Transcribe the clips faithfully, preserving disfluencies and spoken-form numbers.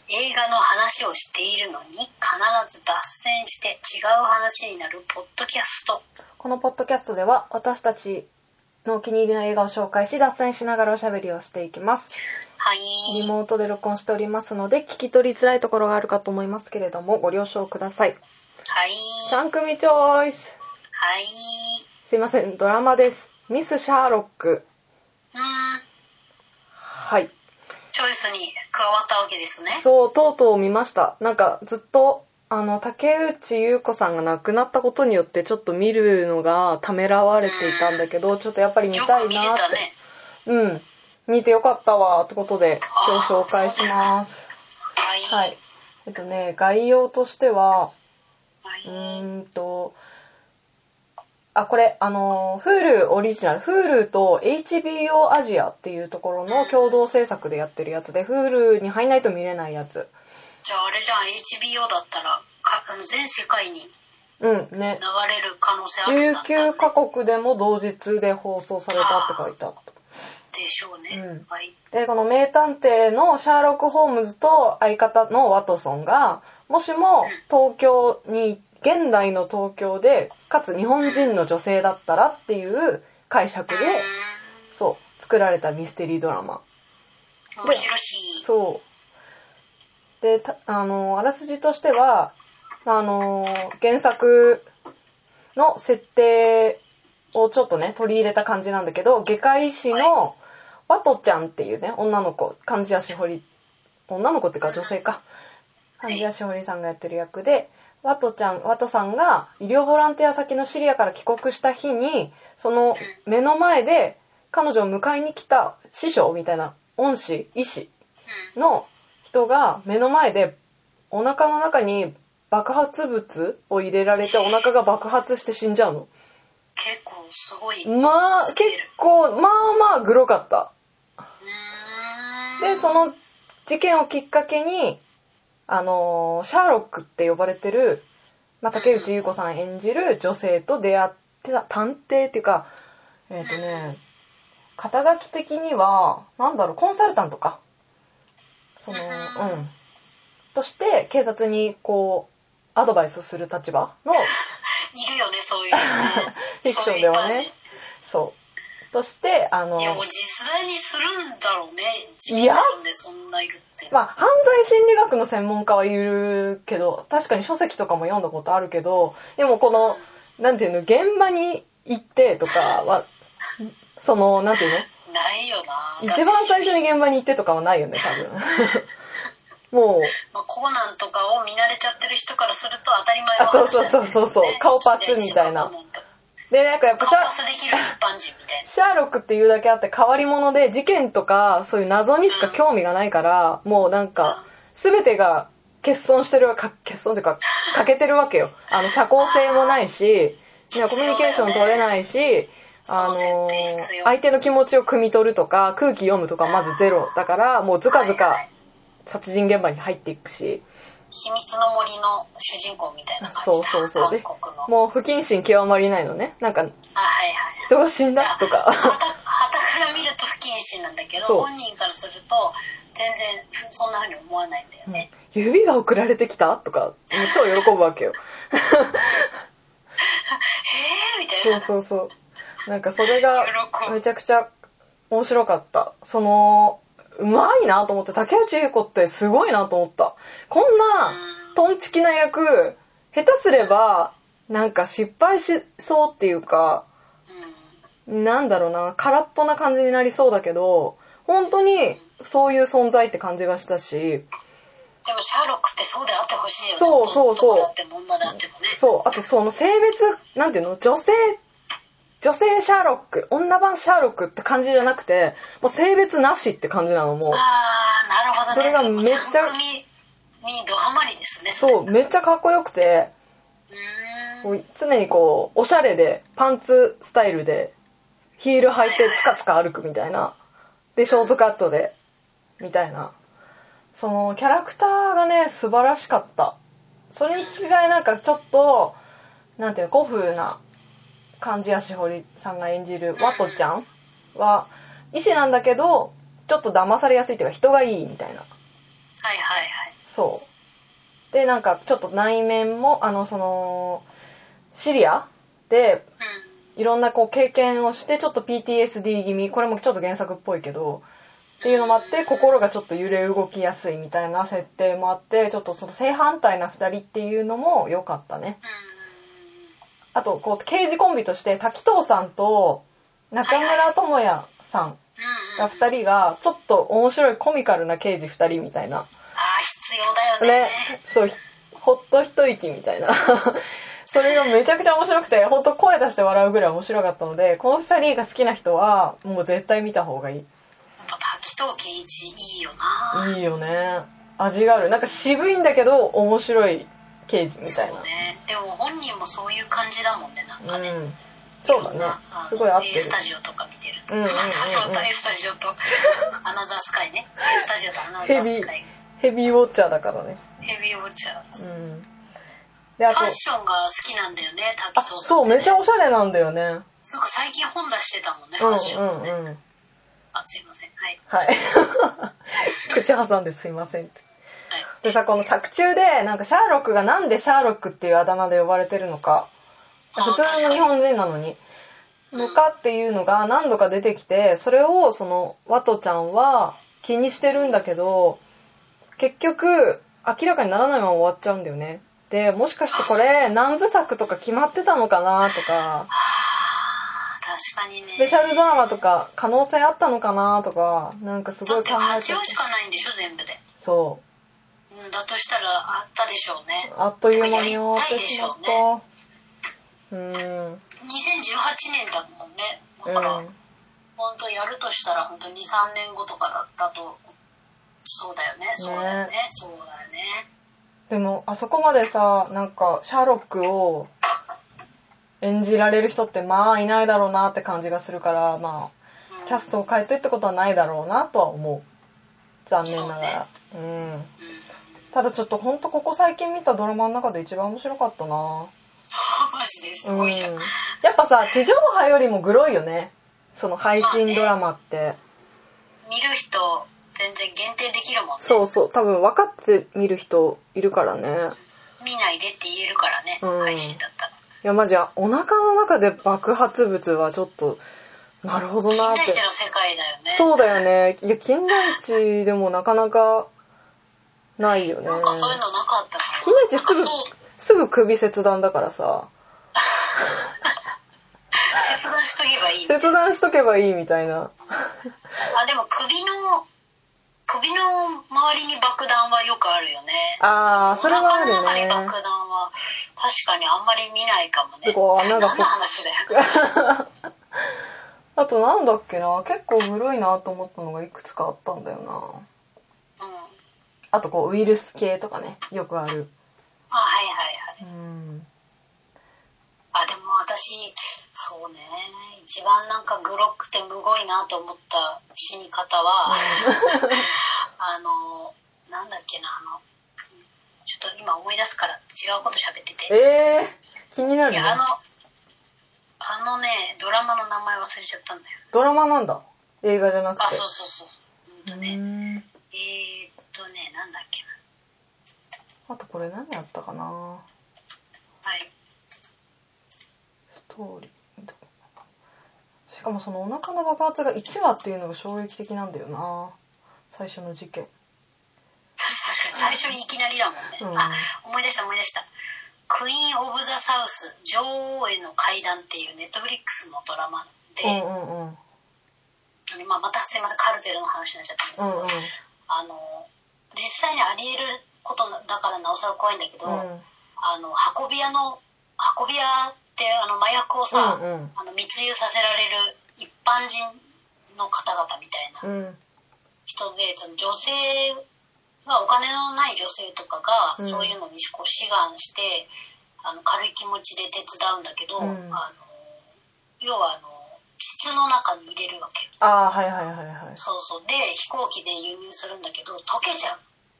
映画の話をしているのに必ず脱線して違う話になるポッドキャスト。 このポッドキャストでは私たちのお気に入りの映画を紹介し、脱線しながらおしゃべりをしていきます。 はい。 リモートで録音しておりますので聞き取りづらいところがあるかと思いますけれどもご了承ください。 はい。 ちゃん組チョイス。 はい。 すいません、ドラマです。ミス・シャーロック。 うーん。 はい。 チョイスに加わったわけですね。 そう、とうとう見ました。なんかずっとあの竹内優子さんが亡くなったことによってちょっと見るのがためらわれていたんだけど、ちょっとやっぱり見たいなって。 よく見れたね。 うん。見てよかったわってことで今日紹介します。 はい。 はい。えっとね、概要としては、 はい、 うーんと、あ、これ、あの、Hulu オリジナル、Hulu と エイチビーオー アジアっていうところの共同制作でやってるやつで、Hulu に入んないと見れないやつ。 じゃああれじゃん、エイチビーオー だったら、かあの全世界にうん、ね。 流れる可能性あるんだったじゅうきゅうカ国でも同日で放送されたって書いてあった。 でしょうね。 うん、 はい。 で、この名探偵のシャーロック・ホームズと相方のワトソンが、もしも東京に、現代の東京で、かつ日本人の女性だったらっていう解釈で、そう、作られたミステリードラマ。 面白し。 そう。で、あの、あらすじとしては、あの、原作の設定をちょっとね、取り入れた感じなんだけど、外科医師のワトちゃんっていうね、女の子、貫地谷しほり、女の子っていうか女性か。貫地谷しほりさんがやってる役で、ワトちゃん、ワトさんが医療ボランティア先のシリアから帰国した日に、その目の前で彼女を迎えに来た師匠みたいな恩師、医師の人が目の前でお腹の中に爆発物を入れられてお腹が爆発して死んじゃうの。 結構すごい。 まあ、結構、まあまあグロかった。 うーん。 で、その事件をきっかけに、あのー、シャーロックって呼ばれてる、まあ、竹内優子さん演じる女性と出会ってた、探偵っていうか、えっとね、肩書き的には、なんだろう、コンサルタントか。その、うん。として、警察にこう、アドバイスをする立場の、 いるよね、そういうね。 フィクションではね。そう。として、あの、 いや、もう実際にするんだろうね。フィクションでそんないるって。 まあ、犯罪心理学の専門家はいるけど、確かに書籍とかも読んだことあるけど、でもこの、うん、なんていうの、現場に行ってとかは、その、なんていうの？ ないよな。 一番最初に現場に行ってとかはないよね、多分。もう、 まあ、コナンとかを見慣れちゃってる人からすると当たり前の話だ、ね、あ、そうそうそうそう、ね、顔パスみたいな。で、なんかやっぱシャ、 顔パスできる一般人みたいな。 シャーロックっていうだけあって変わり者で、事件とかそういう謎にしか興味がないから、うん、もうなんか、すべてが欠損してる、か欠損というか、欠けてるわけよ。あの、社交性もないし、コミュニケーション取れないし、あのー、相手の気持ちを汲み取るとか、空気読むとかまずゼロだから、もうずかずか殺人現場に入っていくし、 秘密の森の主人公みたいな感じだ。 そうそうそう。で、もう不謹慎極まりないのね。なんか、あ、はいはい、 人が死んだとか。はたから見ると不謹慎なんだけど、本人からすると全然そんな風に思わないんだよね。 うん、指が送られてきたとか、超喜ぶわけよ。 へーみたいな。 そうそうそう。なんかそれがめちゃくちゃ面白かった。その、うまいなと思って、竹内優子ってすごいなと思った。こんなトンチキな役、下手すればなんか失敗しそうっていうか、うん、なんだろうな、空っぽな感じになりそうだけど、本当にそういう存在って感じがしたし、でもシャーロックってそうであってほしいよね。 そうそうそう。 男だっても女であってもね。 そう、あとその性別、なんていうの、女性女性シャーロック、女版シャーロックって感じじゃなくて、もう性別なしって感じなの、もう。 あー、なるほどね。 それがめっちゃ、 にドハマりですね。 そう、めっちゃかっこよくて、うーん、常にこう、おしゃれで、パンツスタイルで、ヒール履いてつかつか歩くみたいな。で、ショートカットで、みたいな。その、キャラクターがね、素晴らしかった。それに引き換えなんかちょっと、なんていうの、古風な、貫地谷しほりさんが演じるワトちゃんは医師なんだけどちょっと騙されやすいっていうか人がいいみたいな。 はいはいはい。 そうでなんかちょっと内面もあのそのシリアでいろんなこう経験をしてちょっと ピーティーエスディー 気味、これもちょっと原作っぽいけどっていうのもあって心がちょっと揺れ動きやすいみたいな設定もあってちょっとその正反対なふたりっていうのも良かったね。あとこう刑事コンビとして滝藤さんと中村智也さんがふたりがちょっと面白いコミカルな刑事ふたりみたいな。 ああ必要だよね。 ね、そうほっと一息みたいなそれがめちゃくちゃ面白くてほんと声出して笑うぐらい面白かったのでこのふたりが好きな人はもう絶対見た方がいい。 やっぱ滝藤賢一いいよな。 いいよね。味がある。なんか渋いんだけど面白い刑事みたいな。 そうね。でも本人もそういう感じだもんね、なんかね。うん、 そうだね。すごい合ってる。 A スタジオとか見てる。うんうんうんうん、A スタジオとアナザースカイね。A スタジオとアナザースカイ。 ヘビーウォッチャーだからね。 ヘビーウォッチャー。うん。 であとファッションが好きなんだよね、滝藤さん、ね。 そう、めっちゃおしゃれなんだよね。 そうか、最近本出してたもんね、ファッションね。うんうんうん。あ、すいません。はい。 はい。口挟んですいませんって。はい、でさ、この作中で、なんかシャーロックがなんでシャーロックっていうあだ名で呼ばれてるのか、普通の日本人なのに、のかっていうのが何度か出てきて、それをその、ワトちゃんは気にしてるんだけど、結局、明らかにならないまま終わっちゃうんだよね。で、もしかしてこれ、何部作とか決まってたのかなとか、 確かにね。 スペシャルドラマとか可能性あったのかなとか、なんかすごい考えてて。 だってはちわしかないんでしょ、全部で。 そう。 だとしたらあったでしょうね。 あっという間に終わってしまった。ね、 うん。にせんじゅうはちねんだもんね。だから、うん、本当やるとしたら本当にさんねんごとかだったと、そうだよね、そうだよね、ねそうだよね。 でもあそこまでさ、なんかシャーロックを演じられる人ってまあいないだろうなって感じがするから、まあ、うん、キャストを変えてってことはないだろうなとは思う。残念ながら。う、ね、うん。ただちょっとほんとここ最近見たドラマの中で一番面白かったな。 マジですごいじゃん、うん。 やっぱさ、地上波よりもグロいよね。その配信ドラマって。まあね、 見る人全然限定できるもんね。 そうそう。多分分かって見る人いるからね。 見ないでって言えるからね、うん、配信だったら。 いやマジお腹の中で爆発物はちょっとなるほどなって。 金田一の世界だよね。 そうだよね。いや金田一でもなかなかないよね。 なんかそういうのなかったかな。 金田一すぐすぐ首切断だからさ。 切断しとけばいい。 切断しとけばいいみたいな。 あでも首の首の周りに爆弾はよくあるよね。 ああそれはあるね。 お腹の中に爆弾は確かにあんまり見ないかもね。 こうなんか何の話だよ。 あとなんだっけな、結構グロいなと思ったのがいくつかあったんだよな。うん。あとこうウイルス系とかね、よくある。 あはいはいはい。 うん。 あでも私そうね、一番なんかグロくてむごいなと思った死に方は、うん、あのなんだっけなあのちょっと今思い出すから違うこと喋ってて。 えー、気になるね。 いやあのあのねドラマの名前忘れちゃったんだよ。 ドラマなんだ。映画じゃなくて。 あそうそうそう。うんとね、うんえー、っとねなんだっけな。あとこれ何やったかな。 はい。 ストーリー。しかもそのお腹の爆発がいちわっていうのが衝撃的なんだよな。最初の事件。 確かに最初にいきなりだもんね。うん、あ思い出した思い出した。クイーン・オブ・ザ・サウス女王への階段っていうネットフリックスのドラマで、うんうんうんまあ、またすいませんカルテルの話になっちゃったんですけど、うんうん、あの実際にあり得ることだからなおさら怖いんだけど、うん、あの運び屋の運び屋ってあの麻薬をさ、うんうん、あの密輸させられる一般人の方々みたいな人で、その女性はお金のない女性とかがそういうのにこう志願してあの軽い気持ちで手伝うんだけど、うん、あの要はあの筒の中に入れるわけ。 ああはいはいはいはい。 そうそうで飛行機で輸入するんだけど溶けちゃ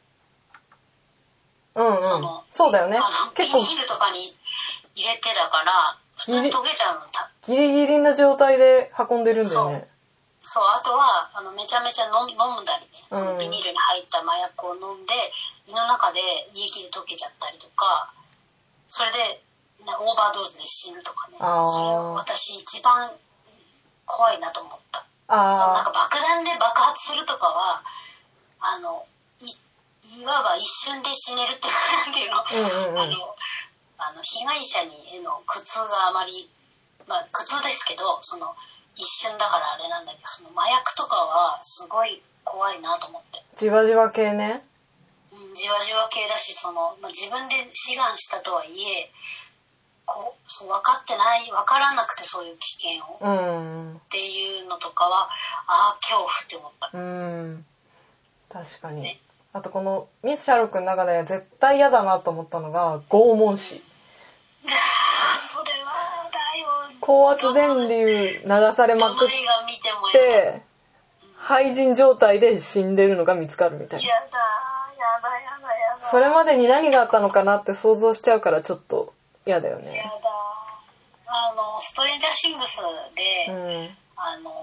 う。 うんうん。そのそうだよね。 あの結構ビニールとかに入れてだから普通に溶けちゃうの。 ギリギリな状態で運んでるんだよね。 そう、そうあとはあのめちゃめちゃ飲ん飲んだりね、そのビニールに入った麻薬を飲んで、 胃の中で胃液で溶けちゃったりとか、それでオーバードーズで死ぬとかね。 あそれ私一番怖いなと思った。 あそのなんか爆弾で爆発するとかはあの い, いわば一瞬で死ねるってなんていうの、うんうんうん、あのあの被害者にへの苦痛があまり、まあ苦痛ですけど、その一瞬だからあれなんだけど、その麻薬とかはすごい怖いなと思って。 じわじわ系ね。 うん、じわじわ系だし、その、まあ、自分で志願したとはいえ、こうそう分かってない分からなくてそういう危険を、うん、っていうのとかはああ恐怖って思った。 うん確かに、ね、あとこのミス・シャーロックの中で絶対嫌だなと思ったのが拷問師、うん、 それはだよ。 高圧電流流されまくって廃人状態で死んでるのが見つかるみたいな。 やだやだやだやだ。 それまでに何があったのかなって想像しちゃうからちょっと嫌だよね。 やだ。あのストレンジャーシングスで、うん、あの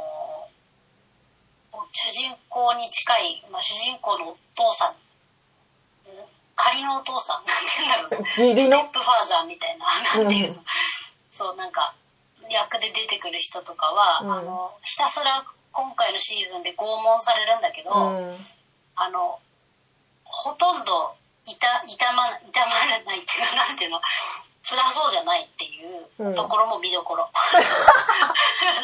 主人公に近い、まあ、主人公のお父さん、仮のお父さんなんていうんだろうな、ステップファーザーみたいな、なんていうの、うん、そうなんか役で出てくる人とかは、うん、あのひたすら今回のシーズンで拷問されるんだけど、うん、あのほとんど痛ま痛まらないっていうか、なんていうの、辛そうじゃないっていうところも見どころ、うん、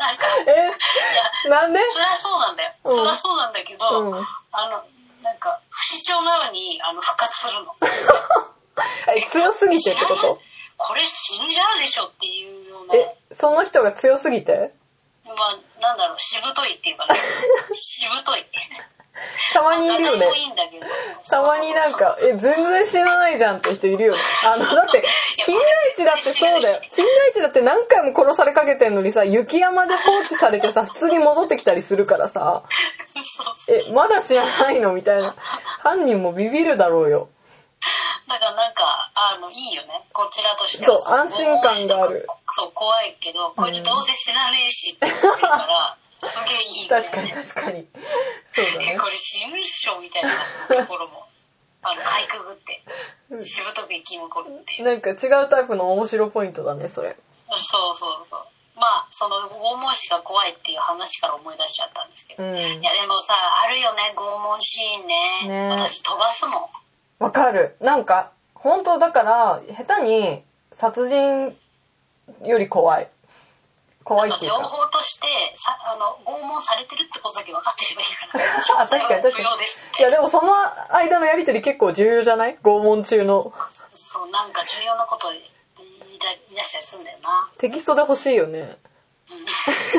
なんかえなんで辛そうなんだよ、うん、辛そうなんだけど、うん、あのなんか不死鳥のようにあの復活するのえ強すぎてってこと？ これ死んじゃうでしょっていうような。 えその人が強すぎて、 まあなんだろう、しぶといっていうかねしぶといたまにいるよね。 まあ、いいんだけどたまになんかえ全然死なないじゃんって人いるよね。あのだって金田一だってそうだよ。金田一だって何回も殺されかけてんのにさ、雪山で放置されてさ普通に戻ってきたりするからさえまだ死なないのみたいな。犯人もビビるだろうよ。 だからなんかあのいいよね、こちらとしては。 そう安心感がある。 そう怖いけどこれでどうせ死なねえしって言ってるから、うん、すげえいい、ね、 確かに確かにそうだね。 これ死ぬっしょみたいなところもあのかいくぐってしぶとく生き残るっていう、 なんか違うタイプの面白ポイントだねそれ。 そうそうそう。まあその拷問師が怖いっていう話から思い出しちゃったんですけど、うん、いやでもさあるよね拷問シーン ね, ね私飛ばすもん。 わかる。なんか本当だから下手に殺人より怖い怖いっていうか、 情報としてさあの拷問されてるってことだけ分かってればいいからあ確かに確かに。いやでもその間のやり取り結構重要じゃない？拷問中の。 そうなんか重要なこと言い出したりするんだよな。 テキストで欲しいよね、うん、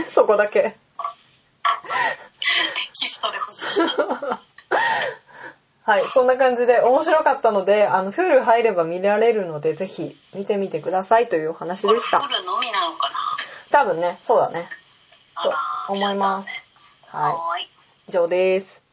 そこだけテキストで欲しいはい、そんな感じで面白かったので、あの Hulu 入れば見られるのでぜひ見てみてくださいというお話でした。 Hulu のみなのかな。 多分ね、そうだねと思います。はい、以上です。